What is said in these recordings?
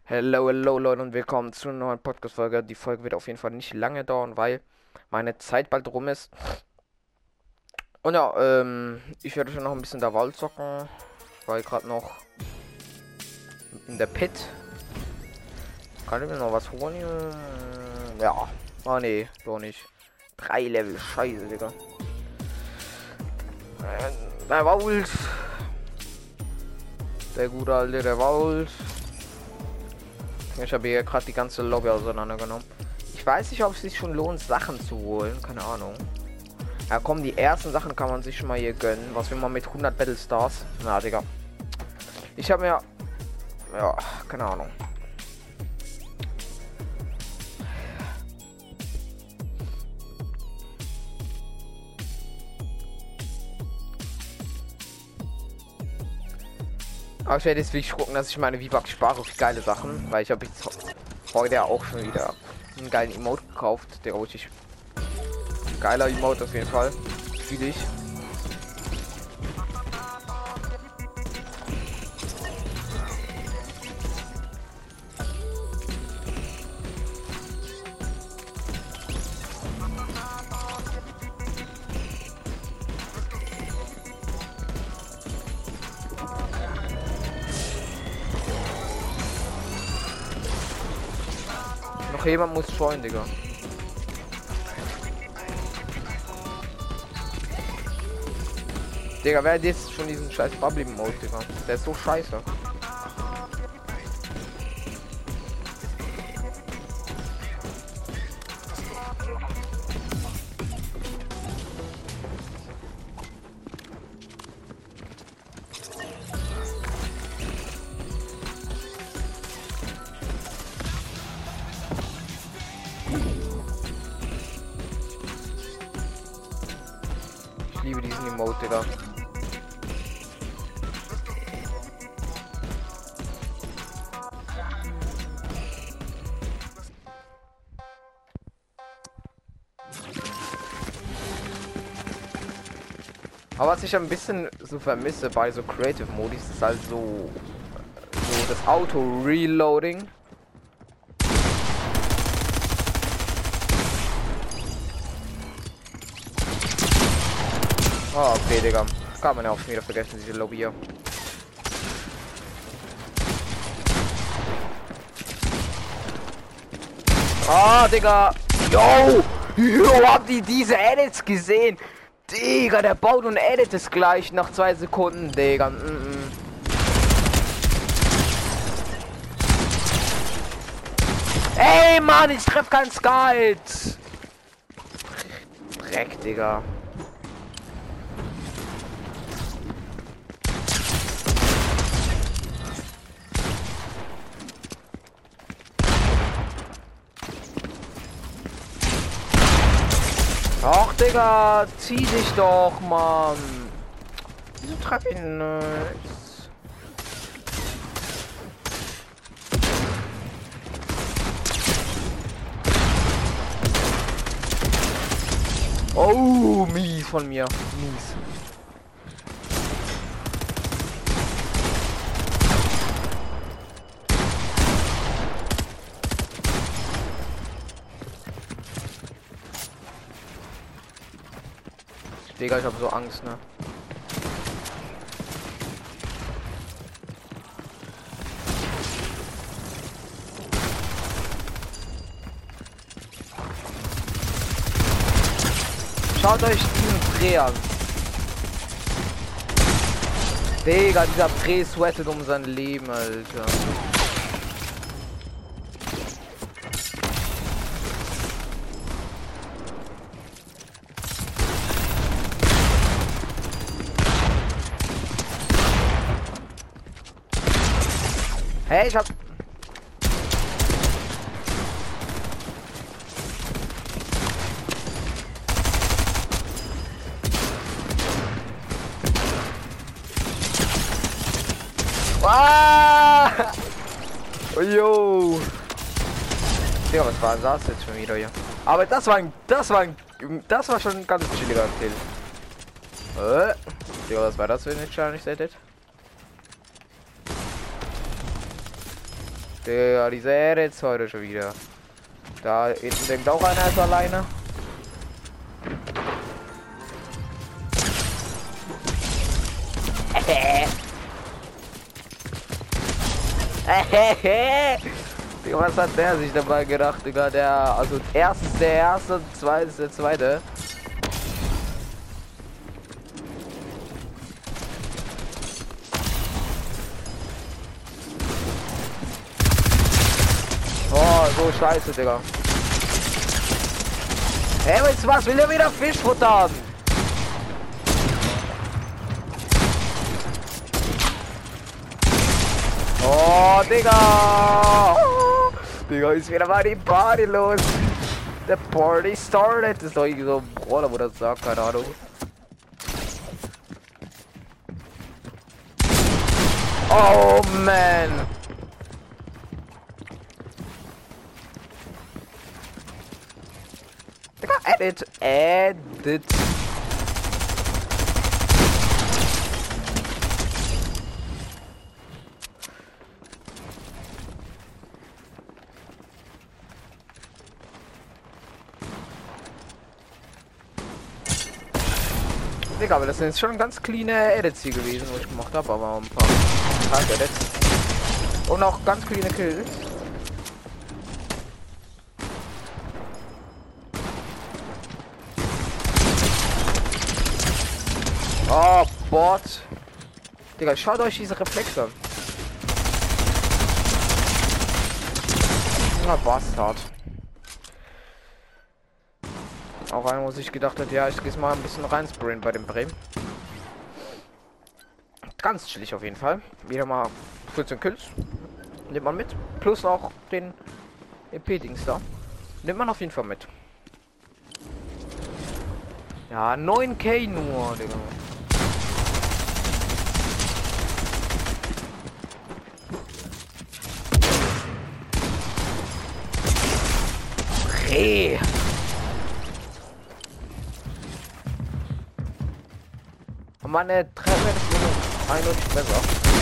Hello, hello Leute und willkommen zu einer neuen Podcast-Folge. Die Folge wird auf jeden Fall nicht lange dauern, weil meine Zeit bald rum ist. Und ja, ich werde schon noch ein bisschen der Wald zocken, weil gerade noch in der Pit. Kann ich mir noch was holen? Ja. Ah nee, doch nicht. 3 Level, scheiße, Digga. Der Wald. Der gute alte, der Wald. Ich habe hier gerade die ganze Lobby auseinandergenommen. Ich weiß nicht, ob es sich schon lohnt, Sachen zu holen. Keine Ahnung. Ja, komm, die ersten Sachen kann man sich schon mal hier gönnen. Was will man mit 100 Battle Stars? Na, Digga. Ich habe mir... Ja, keine Ahnung. Aber ich werde jetzt wirklich gucken, dass ich meine V-Bucks spare für geile Sachen. Weil ich habe jetzt heute auch schon wieder einen geilen Emote gekauft. Der richtig geiler Emote auf jeden Fall. Fühle ich. Noch jemand muss joinen, Digga. Digga, wer hat jetzt schon diesen scheiß Bubbly Mode, Digga? Der ist so scheiße. Ich liebe diesen Emote, Digga. Aber was ich ein bisschen so vermisse bei so Creative Modis ist halt so das Auto Reloading. Oh, okay, Digga. Kann man ja auch schon wieder vergessen, diese Lobby hier. Ah, Digga. Yo! Yo, habt ihr diese Edits gesehen? Digga, der baut und edit es gleich nach 2 Sekunden, Digga. Ey, Mann, ich treff keinen Skype. Dreck, Digga. Ach, Digga, zieh dich doch, Mann. Wieso treff ich nichts? Oh, mies von mir. Mies. Digga, ich hab so Angst, ne? Schaut euch diesen Dreh an. Digga, dieser Dreh sweatet um sein Leben, Alter. Hey, ich hab... Ah! Oh, yo! Digga, was war das jetzt schon wieder hier? Aber das war schon ein ganz chilliger Kill. Digga, was war das für eine Challenge, seht ihr? Der, diese Edits heute schon wieder. Da hinten denkt auch einer ist alleine. Digga, was hat der sich dabei gedacht, Digga? Also erstens der erste, zweitens der zweite. Oh, so scheiße, Digga. Hey, weißt du was? Will er wieder Fisch futtern? Oh, Digga! Oh, Digga, ist wieder mal die Party los. The party started. Das ist doch irgendwie so ein Brawler, wo das sagt, keine Ahnung. Oh, man! Digga, edit. Digga, aber das sind jetzt schon ganz clean Edits hier gewesen, wo ich gemacht habe, aber ein paar Edits. Und auch ganz clean Kills. Oh, Bot. Digga, schaut euch diese Reflexe an. Na, Bastard. Auch einer, wo sich gedacht hat, ja, ich gehe mal ein bisschen reinsprayen bei dem Bremen. Ganz chillig auf jeden Fall. Wieder mal 14 Kills. Nimmt man mit. Plus auch den EP-Dings da. Nimmt man auf jeden Fall mit. Ja, 9K nur, Digga. Hey. Meine Treppe ist eindeutig besser.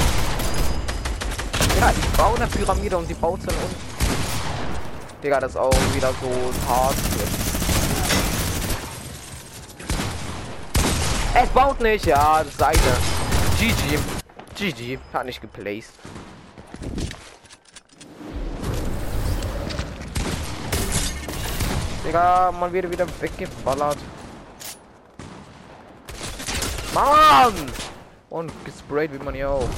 Ja, ich baue eine Pyramide und die baut dann unten. Digga, das ist auch wieder so hart. Es baut nicht, ja, das ist eine. GG, hat nicht geplaced. Digga, man wird wieder weggeballert. Mann! Und gesprayt wie man hier auch.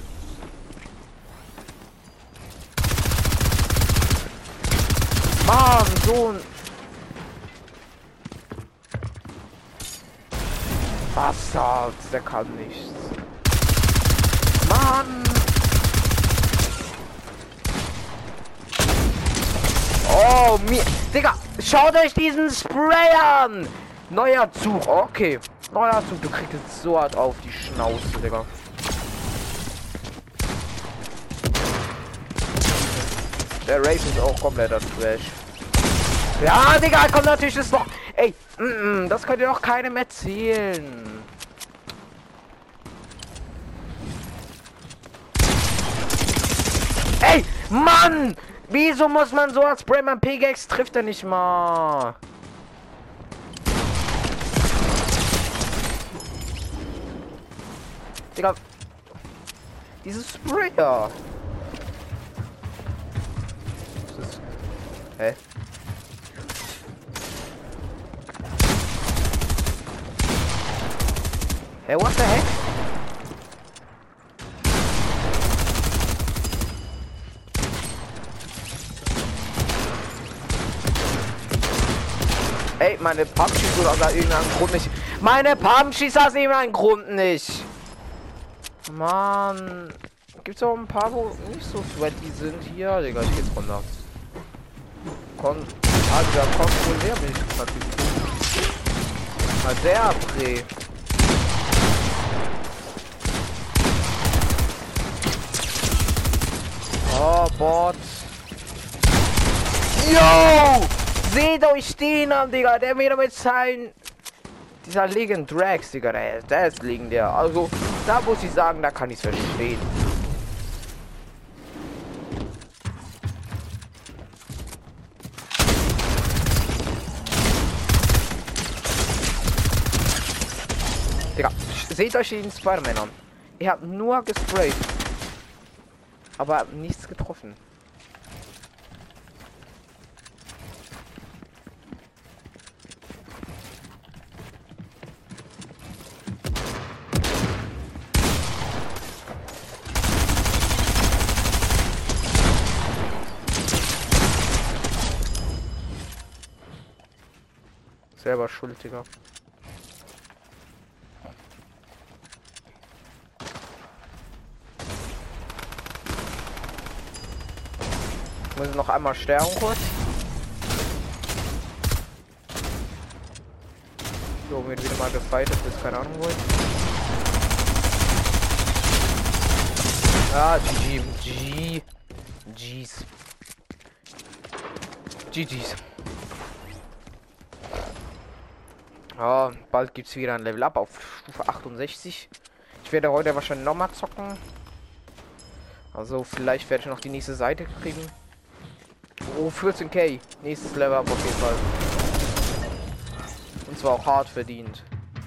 Mann, so ein Bastard, der kann nichts. Mann! Oh, mir. Digga, schaut euch diesen Spray an! Neuer Zug, okay. Neuer Zug, du kriegst jetzt so hart auf die Schnauze, Digga. Der Race ist auch kompletter Trash. Ja, Digga, kommt natürlich das noch. Ey, das könnt ihr doch keinem erzählen. Ey, Mann! Wieso muss man so als Sprayman Pickaxe trifft er nicht mal? Digga. Dieses Sprayer. Was ist? Hä? Hey, what the heck? Ey, meine Pump schießt aus irgendeinem Grund nicht. Meine Pump schießt aus irgendeinem Grund nicht. Mann. Gibt's auch ein paar, wo nicht so sweaty sind hier? Digga, ich geht's runter. Der kontrollär bin ich gerade. Der Dreh. Oh, Bot. Yo! Seht euch den an, Digga. Der wieder mit seinen... Dieser Legend Drax, Digga. Der ist legendär. Also, da muss ich sagen, da kann ich es verstehen. seht euch den Spider-Man an. Er hat nur gesprayt. Aber nichts getroffen. Selber schuld, Digga. Ich muss noch einmal sterben kurz. So, wird wieder mal gefightet, bis keine Ahnung wo. Ah, GG's. Ja, bald gibt's wieder ein Level Up auf Stufe 68. Ich werde heute wahrscheinlich nochmal zocken. Also vielleicht werde ich noch die nächste Seite kriegen. Oh, 14k. Nächstes Level Up auf jeden Fall. Und zwar auch hart verdient.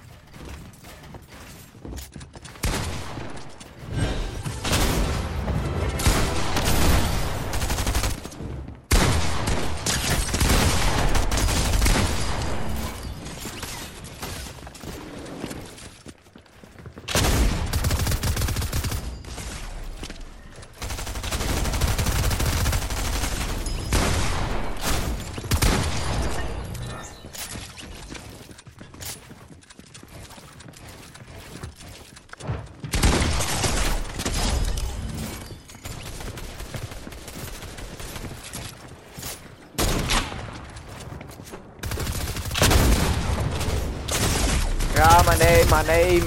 Ja, mein Aim.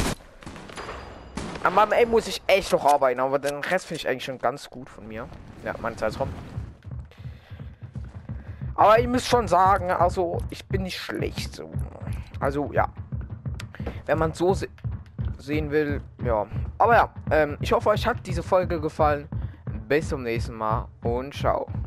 An meinem Aim muss ich echt noch arbeiten, aber den Rest finde ich eigentlich schon ganz gut von mir. Ja, meine Zeit ist rum. Aber ich muss schon sagen, also ich bin nicht schlecht so. Also ja, wenn man so sehen will, ja. Aber ja, ich hoffe, euch hat diese Folge gefallen. Bis zum nächsten Mal und ciao.